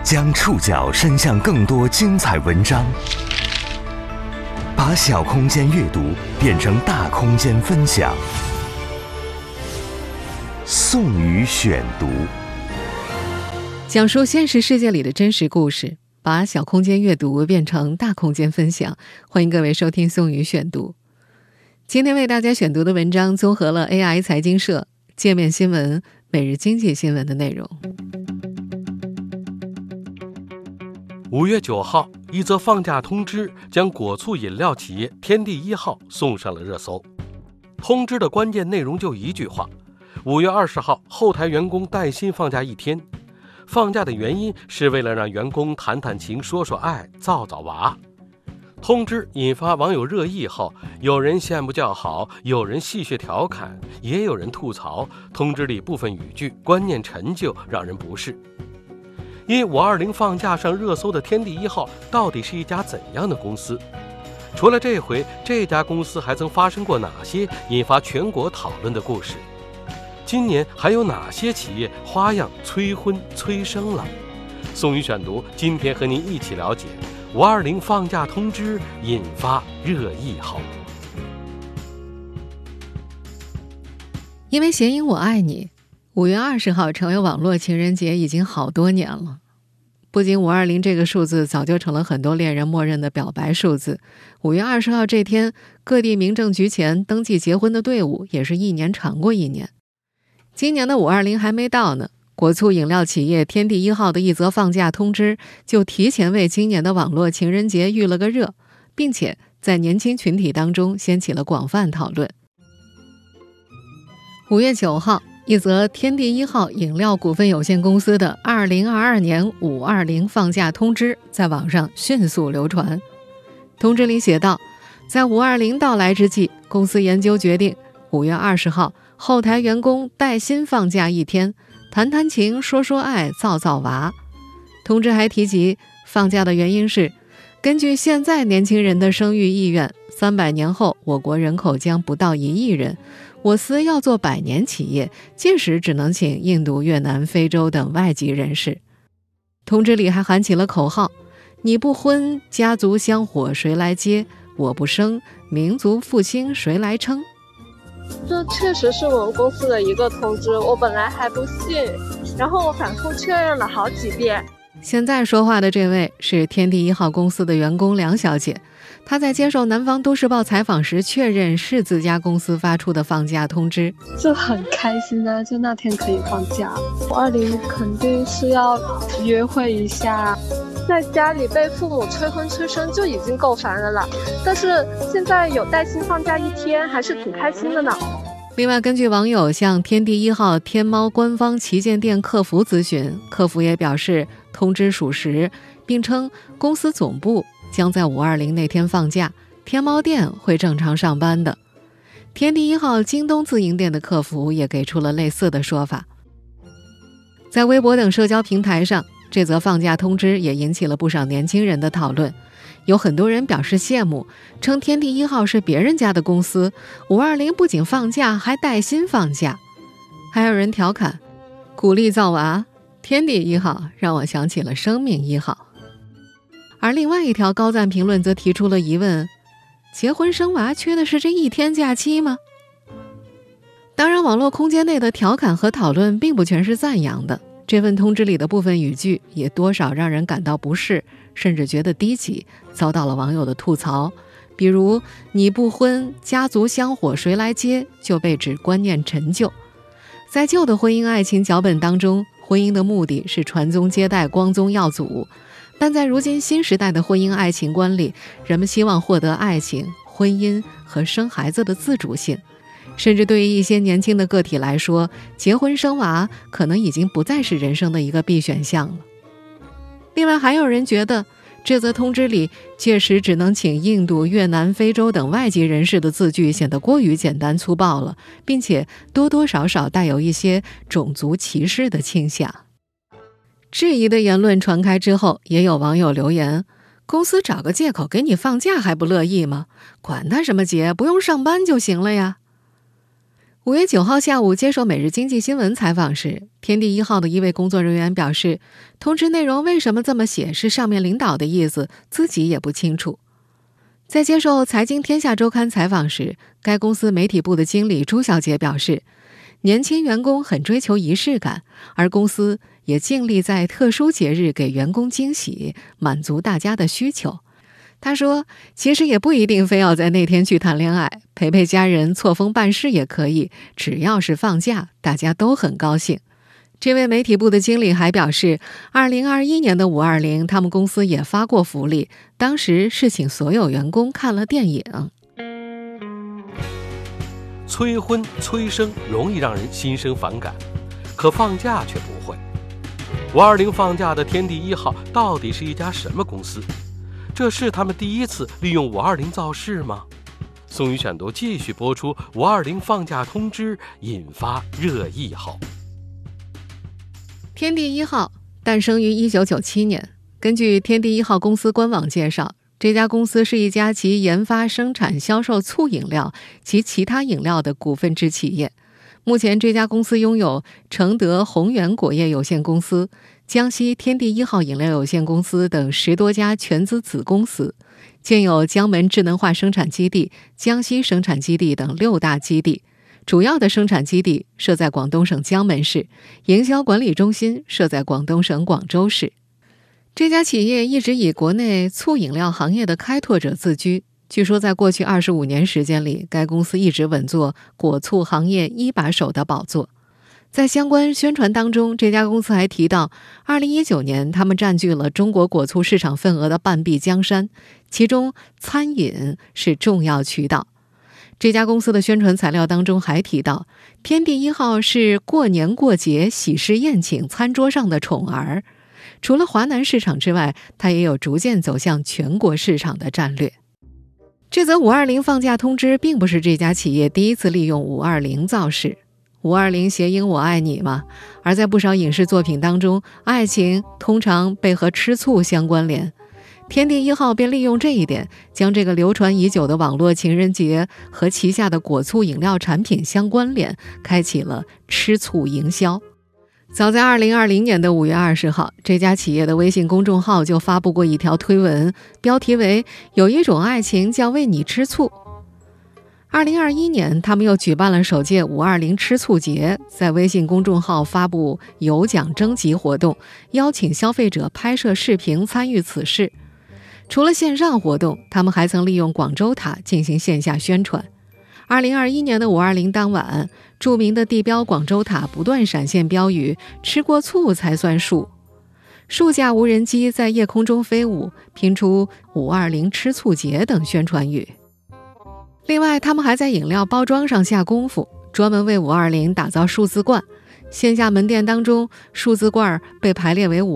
将触角伸向更多精彩文章，把小空间阅读变成大空间分享。宋宇选读， 讲述现实世界里的真实故事，把小空间阅读变成大空间分享。欢迎各位收听宋宇选读。今天为大家选读的文章综合了 AI 财经社、界面新闻、每日经济新闻的内容。 5月9号，一则放假通知将果醋饮料企业天地一号送上了热搜。通知的关键内容就一句话：5月20号，后台员工带薪放假1天。放假的原因是为了让员工谈谈情、说说爱、造造娃。通知引发网友热议后，有人羡慕叫好，有人戏谑调侃，也有人吐槽通知里部分语句观念陈旧，让人不适。因520放假上热搜的天地一号到底是一家怎样的公司？除了这回，这家公司还曾发生过哪些引发全国讨论的故事？今年还有哪些企业花样催婚催生了？宋宇选读今天和您一起了解520放假通知引发热议后。 因为谐音我爱你，5月20号成为网络情人节已经好多年了。不仅520这个数字早就成了很多恋人默认的表白数字，5月20号这天，各地民政局前登记结婚的队伍也是一年长过一年。今年的520还没到呢，果醋饮料企业天地一号的一则放假通知就提前为今年的网络情人节预了个热，并且在年轻群体当中掀起了广泛讨论。5月9号，一则天地一号饮料股份有限公司的2022年520放假通知在网上迅速流传。通知里写道，在520到来之际，公司研究决定5月20号后台员工带薪放假1天，谈谈情，说说爱，造造娃。通知还提及，放假的原因是根据现在年轻人的生育意愿，300年后我国人口将不到1亿人，我司要做100年企业，届时只能请印度、越南、非洲等外籍人士。通知里还喊起了口号：你不婚，家族香火谁来接？我不生，民族复兴谁来撑？ 这确实是我们公司的一个通知，我本来还不信，然后我反复确认了好几遍。 现在说话的这位是天地一号公司的员工梁小姐，她在接受南方都市报采访时确认是自家公司发出的放假通知， 就很开心啊，就那天可以放假。520肯定是要约会一下，在家里被父母催婚催生就已经够烦的了，但是现在有带薪放假1天，还是挺开心的呢。 另外，根据网友向天地一号天猫官方旗舰店客服咨询，客服也表示通知属实，并称公司总部将在520那天放假，天猫店会正常上班的。天地一号京东自营店的客服也给出了类似的说法。在微博等社交平台上，这则放假通知也引起了不少年轻人的讨论。有很多人表示羡慕，称天地一号是别人家的公司，520不仅放假还带薪放假。还有人调侃，鼓励造娃，天地一号让我想起了生命一号。而另外一条高赞评论则提出了疑问，结婚生娃缺的是这1天假期吗？当然，网络空间内的调侃和讨论并不全是赞扬的，这份通知里的部分语句也多少让人感到不适，甚至觉得低级，遭到了网友的吐槽。比如你不婚，家族香火谁来接，就被指观念陈旧。在旧的婚姻爱情脚本当中，婚姻的目的是传宗接代、光宗耀祖，但在如今新时代的婚姻爱情观里，人们希望获得爱情、婚姻和生孩子的自主性。甚至对于一些年轻的个体来说，结婚生娃可能已经不再是人生的一个必选项了。另外，还有人觉得这则通知里届时只能请印度、越南、非洲等外籍人士的字句显得过于简单粗暴了，并且多多少少带有一些种族歧视的倾向。质疑的言论传开之后，也有网友留言，公司找个借口给你放假还不乐意吗？管他什么节，不用上班就行了呀。 5月9号下午接受《每日经济新闻》采访时，天地一号的一位工作人员表示，通知内容为什么这么写是上面领导的意思，自己也不清楚。在接受《财经天下周刊》采访时，该公司媒体部的经理朱小姐表示，年轻员工很追求仪式感，而公司也尽力在特殊节日给员工惊喜，满足大家的需求。他说，其实也不一定非要在那天去谈恋爱，陪家人错峰办事也可以，只要是放假，大家都很高兴。这位媒体部的经理还表示，2021年的520，他们公司也发过福利，当时是请所有员工看了电影。 催婚催生容易让人心生反感，可放假却不会。520放假的天地一号到底是一家什么公司？这是他们第一次利用520造势吗？宋宇选读继续播出520放假通知，引发热议后。 天地一号诞生于1997年，根据天地一号公司官网介绍，这家公司是一家集研发、生产、销售醋饮料及其他饮料的股份制企业。目前这家公司拥有承德宏源果业有限公司、江西天地一号饮料有限公司等10多家全资子公司，建有江门智能化生产基地、江西生产基地等6大基地，主要的生产基地设在广东省江门市，营销管理中心设在广东省广州市。这家企业一直以国内醋饮料行业的开拓者自居，据说在过去25年时间里，该公司一直稳坐果醋行业1把手的宝座。在相关宣传当中，这家公司还提到2019年他们占据了中国果醋市场份额的半壁江山，其中餐饮是重要渠道。这家公司的宣传材料当中还提到，天地一号是过年过节喜事宴请餐桌上的宠儿，除了华南市场之外，它也有逐渐走向全国市场的战略。这则520放假通知并不是这家企业第一次利用520造势。520谐音我爱你嘛，而在不少影视作品当中，爱情通常被和吃醋相关联。天地一号便利用这一点，将这个流传已久的网络情人节和旗下的果醋饮料产品相关联，开启了吃醋营销。早在2020年的5月20号，这家企业的微信公众号就发布过一条推文，标题为“有一种爱情叫为你吃醋”。2021年，他们又举办了首届520吃醋节，在微信公众号发布有奖征集活动，邀请消费者拍摄视频参与此事。除了线上活动，他们还曾利用广州塔进行线下宣传。2021年的520当晚，著名的地标广州塔不断闪现标语“吃过醋才算数”，数架无人机在夜空中飞舞，拼出520吃醋节等宣传语。另外，他们还在饮料包装上下功夫，专门为520打造数字罐。线下门店当中，数字罐被排列为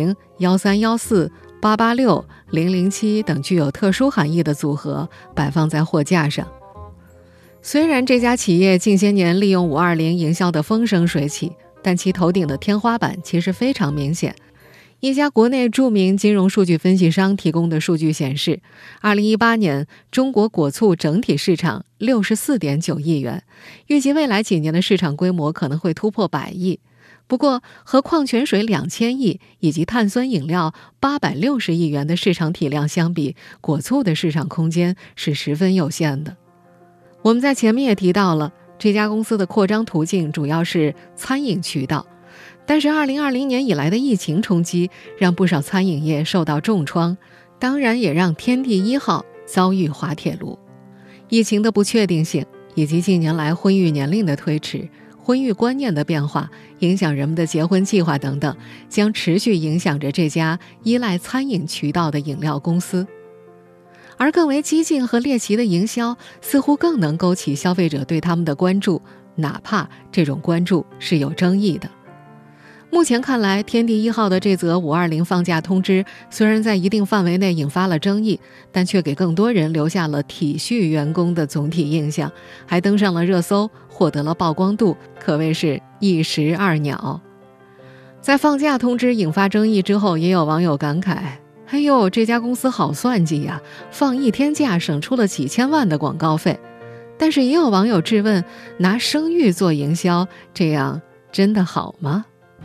520、1314、886、007等具有特殊含义的组合，摆放在货架上。虽然这家企业近些年利用520营销的风生水起，但其头顶的天花板其实非常明显。一家国内著名金融数据分析商提供的数据显示，2018年中国果醋整体市场64.9亿元，预计未来几年的市场规模可能会突破100亿。不过，和矿泉水2000亿以及碳酸饮料860亿元的市场体量相比，果醋的市场空间是十分有限的。我们在前面也提到了，这家公司的扩张途径主要是餐饮渠道。但是2020年以来的疫情冲击让不少餐饮业受到重创，当然也让天地一号遭遇滑铁卢。疫情的不确定性以及近年来婚育年龄的推迟、婚育观念的变化，影响人们的结婚计划等等，将持续影响着这家依赖餐饮渠道的饮料公司。而更为激进和猎奇的营销似乎更能勾起消费者对他们的关注，哪怕这种关注是有争议的。目前看来，天地一号的这则520放假通知虽然在一定范围内引发了争议，但却给更多人留下了体恤员工的总体印象，还登上了热搜，获得了曝光度，可谓是一石二鸟。在放假通知引发争议之后，也有网友感慨，哎呦，这家公司好算计呀，放1天假省出了几千万的广告费。 但是也有网友质问，拿声誉做营销，这样真的好吗？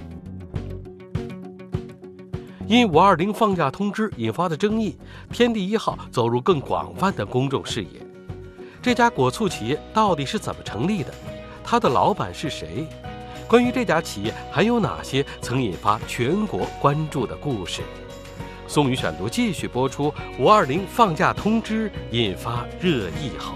因520放假通知引发的争议，天地一号走入更广泛的公众视野。这家果醋企业到底是怎么成立的？它的老板是谁？关于这家企业还有哪些曾引发全国关注的故事？宋宇选读继续播出520放假通知引发热议后。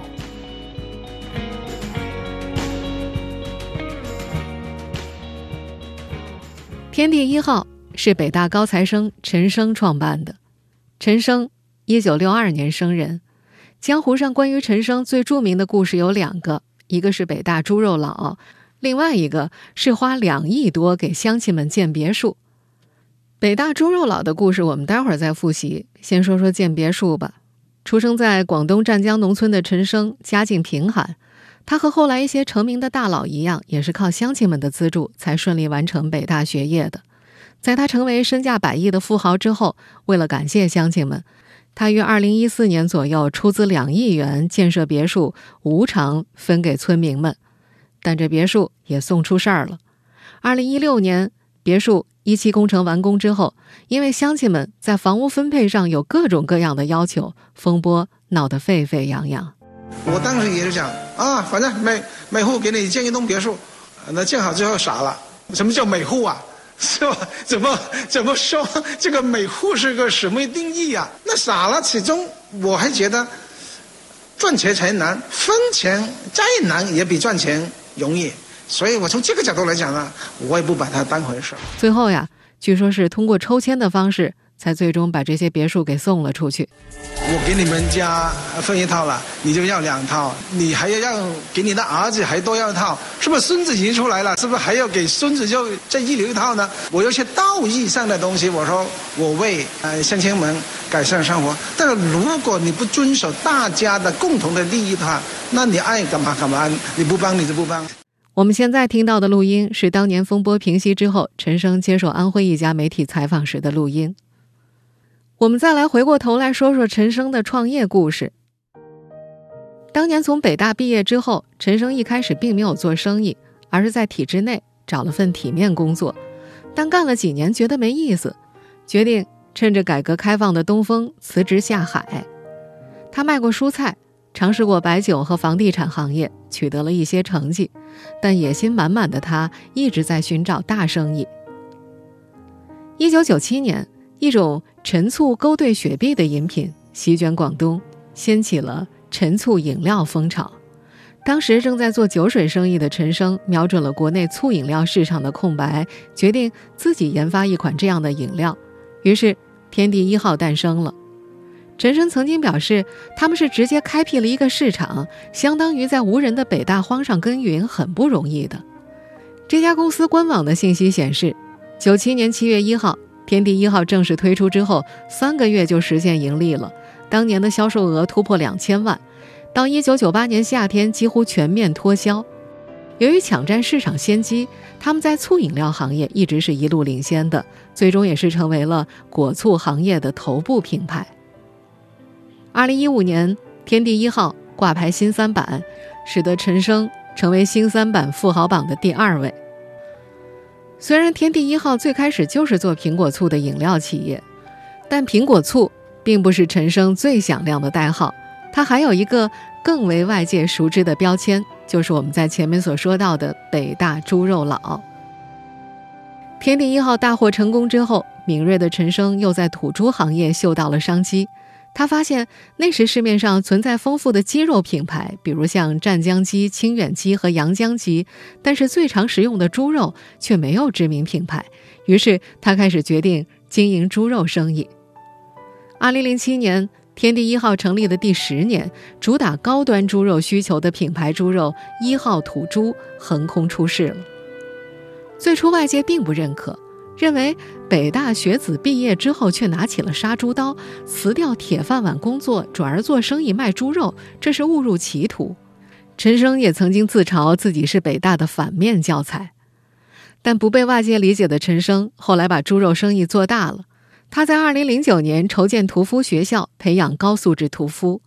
天地一号是北大高材生陈升创办的。陈升1962年生人，江湖上关于陈升最著名的故事有2个，一个是北大猪肉佬，另外一个是花2亿多给乡亲们建别墅。北大猪肉佬的故事我们待会儿再复习，先说说建别墅吧。出生在广东湛江农村的陈升家境贫寒，他和后来一些成名的大佬一样，也是靠乡亲们的资助才顺利完成北大学业的。在他成为身价100亿的富豪之后，为了感谢乡亲们，他于2014年左右出资2亿元建设别墅，无偿分给村民们。但这别墅也送出事儿了。2016年，别墅一期工程完工之后，因为乡亲们在房屋分配上有各种各样的要求，风波闹得沸沸扬扬。 我当时也是讲啊，反正每户给你建一栋别墅，那建好之后傻了，什么叫每户啊？是吧？怎么说这个每户是个什么定义啊？那傻了。始终我还觉得赚钱才难，分钱再难也比赚钱容易。所以我从这个角度来讲呢，我也不把它当回事。 最后呀，据说是通过抽签的方式，才最终把这些别墅给送了出去。 我给你们家分一套了，你就要2套，你还要给你的儿子还多要一套，是不是？孙子已经出来了，是不是还要给孙子就再预留一套呢？我有些道义上的东西，我说我为乡亲们改善生活，但是如果你不遵守大家的共同的利益的话，那你爱干嘛干嘛，你不帮你就不帮。 我们现在听到的录音是当年风波平息之后，陈升接受安徽一家媒体采访时的录音。我们再来回过头来说说陈升的创业故事。当年从北大毕业之后，陈升一开始并没有做生意，而是在体制内找了份体面工作，但干了几年觉得没意思，决定趁着改革开放的东风辞职下海。他卖过蔬菜，尝试过白酒和房地产行业，取得了一些成绩，但野心满满的他一直在寻找大生意。1997年，一种陈醋勾兑雪碧的饮品席卷广东，掀起了陈醋饮料风潮。当时正在做酒水生意的陈升瞄准了国内醋饮料市场的空白，决定自己研发一款这样的饮料，于是天地一号诞生了。陈升曾经表示，他们是直接开辟了一个市场，相当于在无人的北大荒上耕耘，很不容易的。这家公司官网的信息显示，97年7月1号，天地一号正式推出之后，3个月就实现盈利了，当年的销售额突破2000万，到1998年夏天几乎全面脱销。由于抢占市场先机，他们在醋饮料行业一直是一路领先的，最终也是成为了果醋行业的头部品牌。2015年，天地一号挂牌新3板，使得陈升成为新3板富豪榜的第2位。虽然天地一号最开始就是做苹果醋的饮料企业，但苹果醋并不是陈升最响亮的代号，它还有一个更为外界熟知的标签，就是我们在前面所说到的北大猪肉佬。天地一号大获成功之后，敏锐的陈升又在土猪行业嗅到了商机。他发现那时市面上存在丰富的鸡肉品牌，比如像湛江鸡、清远鸡和阳江鸡，但是最常食用的猪肉却没有知名品牌，于是他开始决定经营猪肉生意。2007年，天地一号成立的第10年，主打高端猪肉需求的品牌猪肉1号土猪横空出世了。最初外界并不认可，认为北大学子毕业之后却拿起了杀猪刀，辞掉铁饭碗工作，转而做生意卖猪肉，这是误入歧途。陈升也曾经自嘲自己是北大的反面教材。但不被外界理解的陈升后来把猪肉生意做大了。他在2009年筹建屠夫学校，培养高素质屠夫。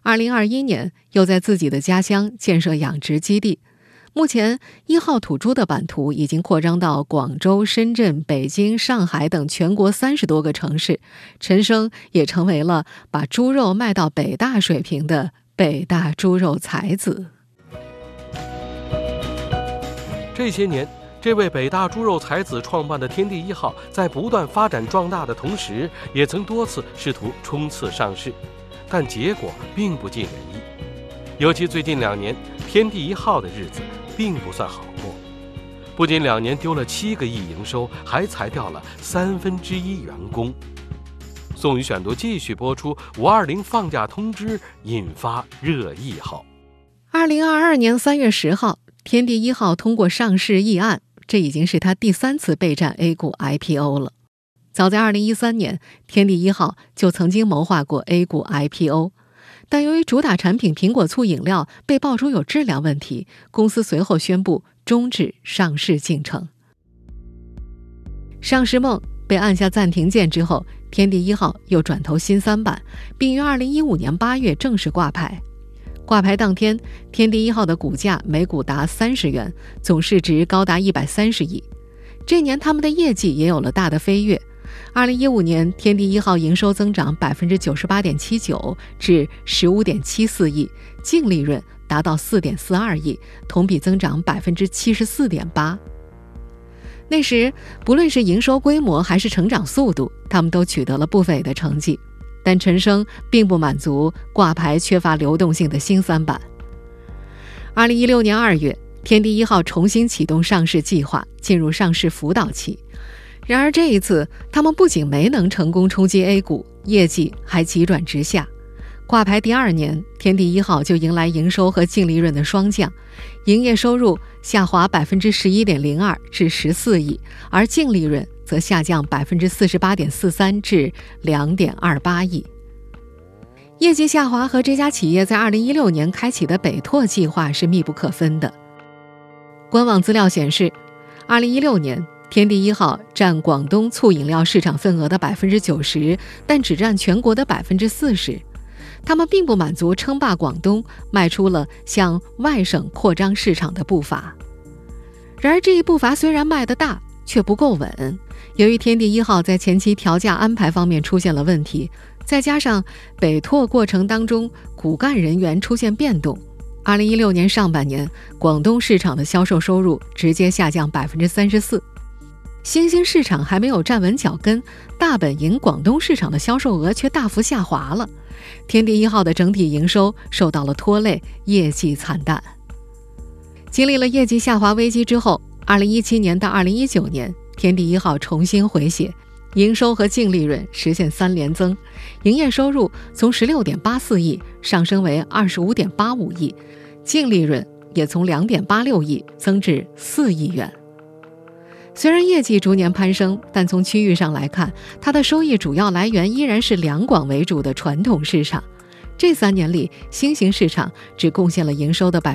2021年又在自己的家乡建设养殖基地。目前1号土猪的版图已经扩张到广州、深圳、北京、上海等全国30多个城市，陈生也成为了把猪肉卖到北大水平的北大猪肉才子。 这些年，这位北大猪肉才子创办的天地1号在不断发展壮大的同时，也曾多次试图冲刺上市，但结果并不尽人意。尤其最近2年，天地1号的日子并不算好过，不仅2年丢了7个亿营收，还裁掉了1/3员工。宋宇选读继续播出520放假通知引发热议后 ，2022年3月10号，天地1号通过上市议案，这已经是他第3次备战 A 股 IPO 了。早在2013年，天地1号就曾经谋划过 A 股 IPO， 但由于主打产品苹果醋饮料被爆出有质量问题，公司随后宣布终止上市进程。上市梦被按下暂停键之后，天地1号又转投新三板，并于2015年8月正式挂牌。挂牌当天，天地1号的股价每股达30元，总市值高达130亿。这年他们的业绩也有了大的飞跃。2015年，天地1号营收增长 98.79% 至 15.74 亿，净利润达到 4.42 亿，同比增长 74.8%。那时，不论是营收规模还是成长速度，他们都取得了不菲的成绩。但陈生并不满足挂牌缺乏流动性的新三板。2016年2月，天地1号重新启动上市计划，进入上市辅导期。然而这一次，他们不仅没能成功冲击 A 股，业绩还急转直下。挂牌第2年，天地1号就迎来营收和净利润的双降，营业收入下滑 11.02% 至14亿，而净利润则下降 48.43% 至 2.28 亿。业绩下滑和这家企业在2016年开启的北拓计划是密不可分的。官网资料显示，2016年天地1号占广东醋饮料市场份额的 90%， 但只占全国的 40%。他们并不满足称霸广东，迈出了向外省扩张市场的步伐。然而这一步伐虽然迈得大，却不够稳。由于天地1号在前期调价安排方面出现了问题，再加上北拓过程当中骨干人员出现变动，2016年上半年广东市场的销售收入直接下降 34%。新兴市场还没有站稳脚跟，大本营广东市场的销售额却大幅下滑了。天地1号的整体营收受到了拖累，业绩惨淡。经历了业绩下滑危机之后，2017年到2019年，天地1号重新回血，营收和净利润实现3连增，营业收入从 16.84 亿上升为 25.85 亿，净利润也从 2.86 亿增至4亿元。虽然业绩逐年攀升，但从区域上来看，它的收益主要来源依然是两广为主的传统市场。这3年里，新型市场只贡献了营收的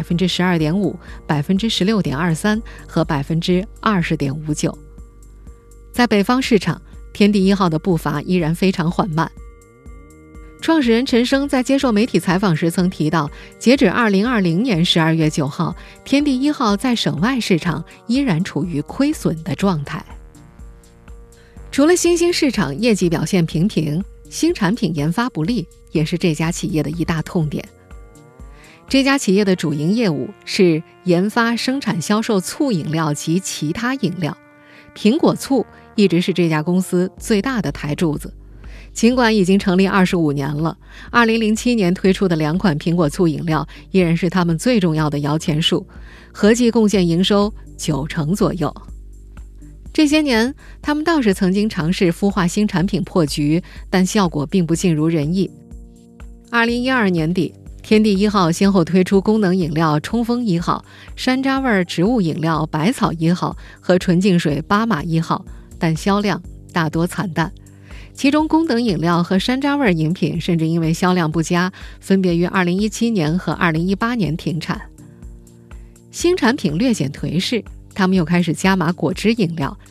12.5%、16.23% 和 20.59%。在北方市场，天地1号的步伐依然非常缓慢。创始人陈生在接受媒体采访时曾提到，截止2020年12月9号，天地1号在省外市场依然处于亏损的状态。除了新兴市场业绩表现平平，新产品研发不力也是这家企业的一大痛点。这家企业的主营业务是研发、生产、销售醋饮料及其他饮料，苹果醋一直是这家公司最大的台柱子。尽管已经成立25年了，2007年推出的2款苹果醋饮料依然是他们最重要的摇钱树，合计贡献营收90%左右。这些年，他们倒是曾经尝试孵化新产品破局，但效果并不尽如人意。2012年底，天地1号先后推出功能饮料冲锋1号、山楂味植物饮料百草1号和纯净水巴马1号，但销量大多惨淡。其中功能饮料和山楂味饮品甚至因为销量不佳，分别于2017年和2018年停产。新产品略显颓势，他们又开始加码果汁饮料。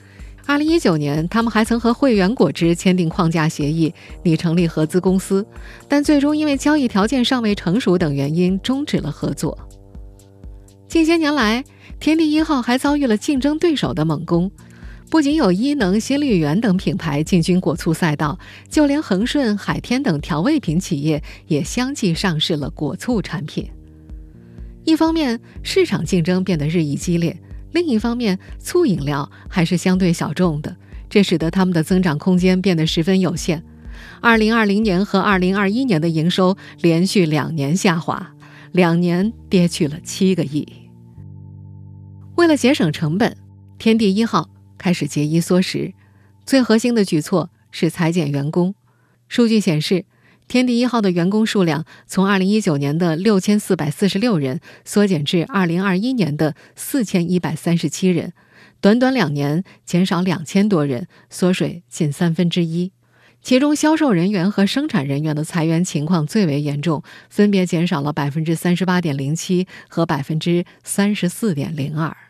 2019年，他们还曾和汇源果汁签订框架协议，拟成立合资公司，但最终因为交易条件尚未成熟等原因终止了合作。近些年来，天地一号还遭遇了竞争对手的猛攻，不仅有伊能、新绿源等品牌进军果醋赛道，就连恒顺、海天等调味品企业也相继上市了果醋产品。一方面，市场竞争变得日益激烈，另一方面，醋饮料还是相对小众的，这使得它们的增长空间变得十分有限。2020年和2021年的营收连续2年下滑，2年跌去了7个亿。为了节省成本，天地一号开始节衣缩食，最核心的举措是裁减员工。数据显示，天地一号的员工数量从2019年的6446人缩减至2021年的4137人，短短2年减少2000多人，缩水近1/3。其中销售人员和生产人员的裁员情况最为严重，分别减少了 38.07% 和 34.02%。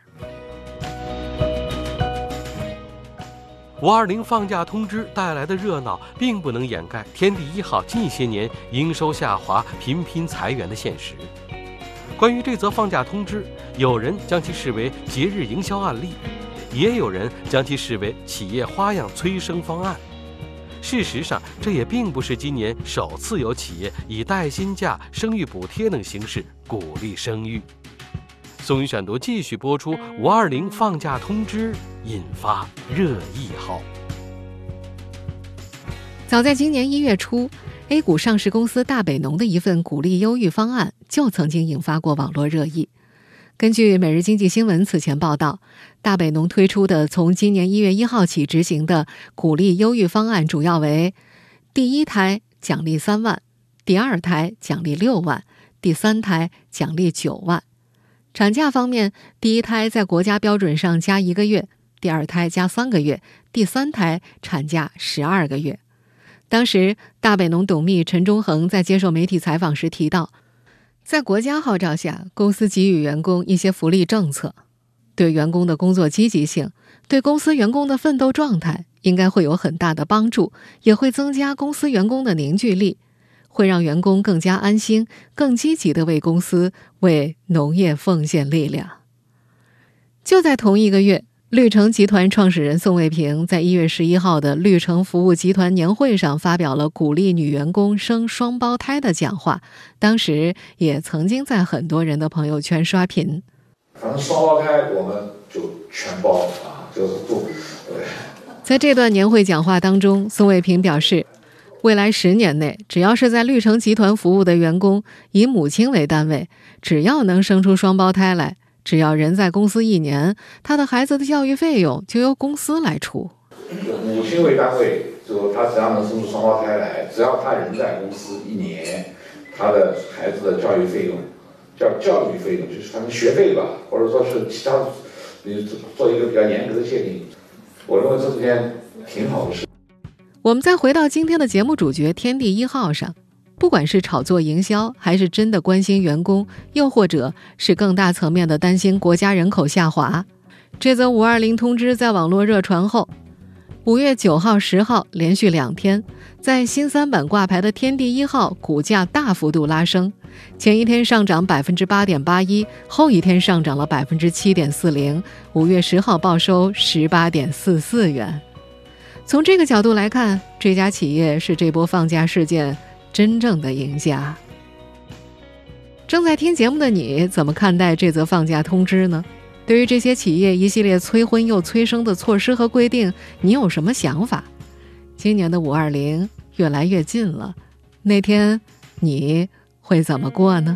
520放假通知带来的热闹，并不能掩盖天地一号近些年营收下滑、频频裁员的现实。关于这则放假通知，有人将其视为节日营销案例，也有人将其视为企业花样催生方案。事实上，这也并不是今年首次有企业以带薪假、生育补贴等形式鼓励生育。宋宇选读继续播出520放假通知，引发热议后。 早在今年1月初， A 股上市公司大北农的一份鼓励优育方案就曾经引发过网络热议。根据每日经济新闻此前报道，大北农推出的从今年1月1号起执行的鼓励优育方案主要为：第一胎奖励3万，第二胎奖励6万，第三胎奖励9万。产假方面，第一胎在国家标准上加1个月，第二胎加3个月，第三胎产假12个月。当时，大北农董秘陈忠恒在接受媒体采访时提到，在国家号召下，公司给予员工一些福利政策，对员工的工作积极性，对公司员工的奋斗状态应该会有很大的帮助，也会增加公司员工的凝聚力，会让员工更加安心，更积极地为公司、为农业奉献力量。就在同一个月，绿城集团创始人宋卫平在1月11号的绿城服务集团年会上发表了鼓励女员工生双胞胎的讲话，当时也曾经在很多人的朋友圈刷屏。 反正双胞胎我们就全包啊，就是不对。 在这段年会讲话当中，宋卫平表示，未来10年内，只要是在绿城集团服务的员工，以母亲为单位，只要能生出双胞胎来，只要人在公司1年，他的孩子的教育费用就由公司来出。 母亲为单位，就他只要能生出双胞胎来，只要他人在公司1年，他的孩子的教育费用，教育费用就是反正学费吧，或者说是其他，做一个比较严格的界定。我认为这是件挺好的事。 我们再回到今天的节目主角天地一号上，不管是炒作营销，还是真的关心员工，又或者是更大层面的担心国家人口下滑，这则520通知在网络热传后，5月9号、10号连续2天，在新三板挂牌的天地一号股价大幅度拉升，前一天上涨 8.81%， 后一天上涨了 7.40%， 5月10号报收 18.44 元。从这个角度来看，这家企业是这波放假事件真正的赢家。正在听节目的你，怎么看待这则放假通知呢？对于这些企业一系列催婚又催生的措施和规定，你有什么想法？今年的520越来越近了，那天你会怎么过呢？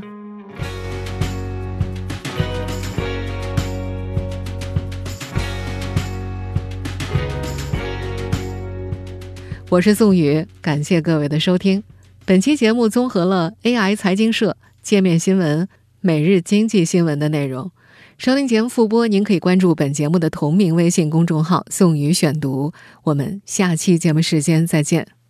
我是宋宇，感谢各位的收听。本期节目综合了 AI 财经社、界面新闻、每日经济新闻的内容。收听节目复播，您可以关注本节目的同名微信公众号“宋宇选读”。我们下期节目时间再见。